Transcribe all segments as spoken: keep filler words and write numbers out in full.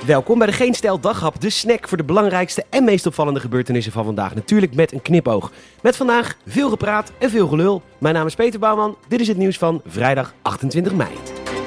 Welkom bij de Geen Stijl Daghap, de snack voor de belangrijkste en meest opvallende gebeurtenissen van vandaag. Natuurlijk met een knipoog. Met vandaag veel gepraat en veel gelul. Mijn naam is Peter Bouwman, dit is het nieuws van vrijdag achtentwintig mei.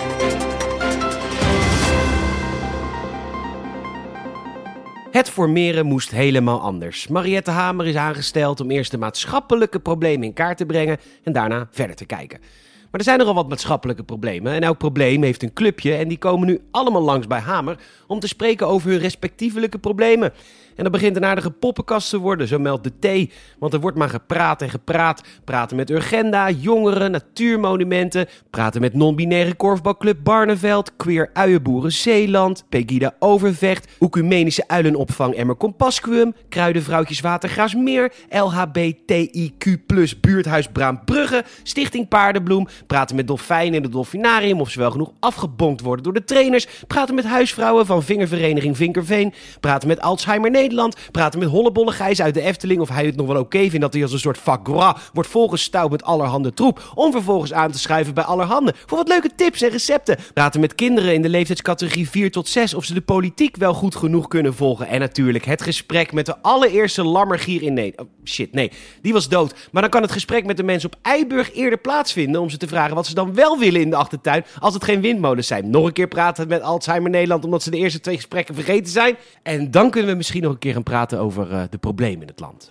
Het formeren moest helemaal anders. Mariette Hamer is aangesteld om eerst de maatschappelijke problemen in kaart te brengen en daarna verder te kijken. Maar er zijn nogal wat maatschappelijke problemen en elk probleem heeft een clubje en die komen nu allemaal langs bij Hamer om te spreken over hun respectievelijke problemen. En dat begint een aardige poppenkast te worden, zo meldt de T. Want er wordt maar gepraat en gepraat. Praten met Urgenda, jongeren, natuurmonumenten. Praten met non-binaire korfbalclub Barneveld. Queer uienboeren Zeeland. Pegida Overvecht. Oecumenische uilenopvang Emmer Compascuum. Kruidenvrouwtjes Watergraafsmeer. L H B T I Q plus buurthuis Braambrugge. Stichting Paardenbloem. Praten met dolfijnen in het dolfinarium of ze wel genoeg afgebonkt worden door de trainers. Praten met huisvrouwen van vingervereniging Vinkerveen. Praten met Alzheimer Nederland. Praten met Hollebolle Gijs uit de Efteling of hij het nog wel oké okay vindt dat hij als een soort foie gras wordt volgestouwd met allerhande troep. Om vervolgens aan te schuiven bij allerhande. Voor wat leuke tips en recepten. Praten met kinderen in de leeftijdscategorie vier tot zes of ze de politiek wel goed genoeg kunnen volgen. En natuurlijk het gesprek met de allereerste lammergier in Nederland. Oh, shit, nee, die was dood. Maar dan kan het gesprek met de mensen op Eiburg eerder plaatsvinden om ze te vragen wat ze dan wel willen in de achtertuin als het geen windmolens zijn. Nog een keer praten met Alzheimer Nederland omdat ze de eerste twee gesprekken vergeten zijn. En dan kunnen we misschien nog een keer gaan praten over uh, de problemen in het land.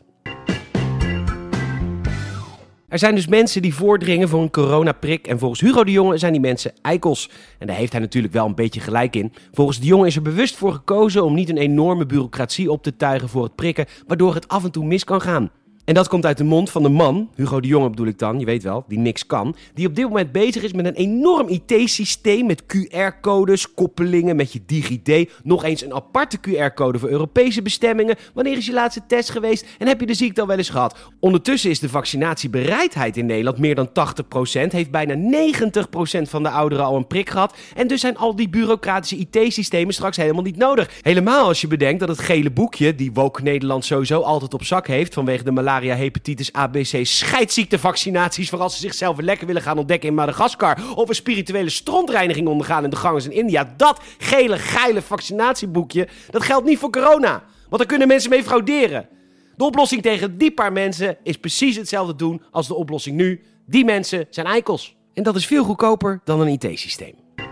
Er zijn dus mensen die voordringen voor een coronaprik en volgens Hugo de Jonge zijn die mensen eikels. En daar heeft hij natuurlijk wel een beetje gelijk in. Volgens de Jonge is er bewust voor gekozen om niet een enorme bureaucratie op te tuigen voor het prikken, waardoor het af en toe mis kan gaan. En dat komt uit de mond van de man, Hugo de Jonge bedoel ik dan, je weet wel, die niks kan, die op dit moment bezig is met een enorm I T-systeem met Q R-codes, koppelingen met je DigiD, nog eens een aparte Q R-code voor Europese bestemmingen, wanneer is je laatste test geweest en heb je de ziekte al wel eens gehad. Ondertussen is de vaccinatiebereidheid in Nederland meer dan tachtig procent, heeft bijna negentig procent van de ouderen al een prik gehad en dus zijn al die bureaucratische I T-systemen straks helemaal niet nodig. Helemaal als je bedenkt dat het gele boekje, die woke Nederland sowieso altijd op zak heeft vanwege de malaria, hepatitis, A B C, scheidziektevaccinaties voor als ze zichzelf lekker willen gaan ontdekken in Madagaskar of een spirituele strontreiniging ondergaan in de ganges in India. Dat gele, geile vaccinatieboekje, dat geldt niet voor corona. Want daar kunnen mensen mee frauderen. De oplossing tegen die paar mensen is precies hetzelfde doen als de oplossing nu. Die mensen zijn eikels. En dat is veel goedkoper dan een I T-systeem.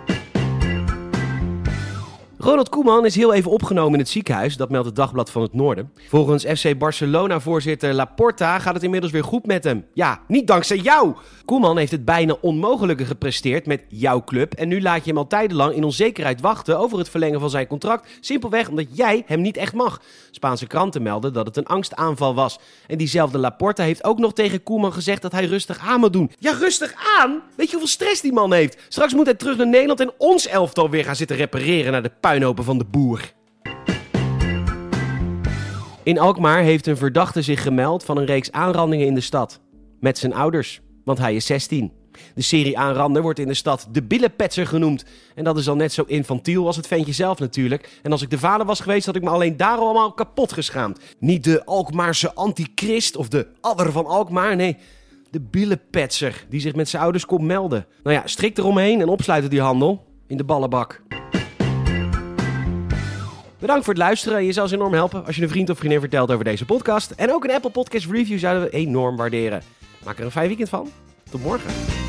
Ronald Koeman is heel even opgenomen in het ziekenhuis, dat meldt het Dagblad van het Noorden. Volgens F C Barcelona-voorzitter Laporta gaat het inmiddels weer goed met hem. Ja, niet dankzij jou! Koeman heeft het bijna onmogelijke gepresteerd met jouw club en nu laat je hem al tijdenlang in onzekerheid wachten over het verlengen van zijn contract, simpelweg omdat jij hem niet echt mag. Spaanse kranten melden dat het een angstaanval was. En diezelfde Laporta heeft ook nog tegen Koeman gezegd dat hij rustig aan moet doen. Ja, rustig aan? Weet je hoeveel stress die man heeft? Straks moet hij terug naar Nederland en ons elftal weer gaan zitten repareren naar de puinhopen van de boer. In Alkmaar heeft een verdachte zich gemeld van een reeks aanrandingen in de stad. Met zijn ouders, want hij is zestien. De serie aanrander wordt in de stad de billenpetser genoemd. En dat is al net zo infantiel als het ventje zelf natuurlijk. En als ik de vader was geweest had ik me alleen daar allemaal kapot geschaamd. Niet de Alkmaarse antichrist of de adder van Alkmaar, nee, de billenpetser die zich met zijn ouders komt melden. Nou ja, strik eromheen en opsluiten die handel in de ballenbak. Bedankt voor het luisteren. Je zou ons enorm helpen als je een vriend of vriendin vertelt over deze podcast. En ook een Apple Podcast review zouden we enorm waarderen. Maak er een fijn weekend van. Tot morgen.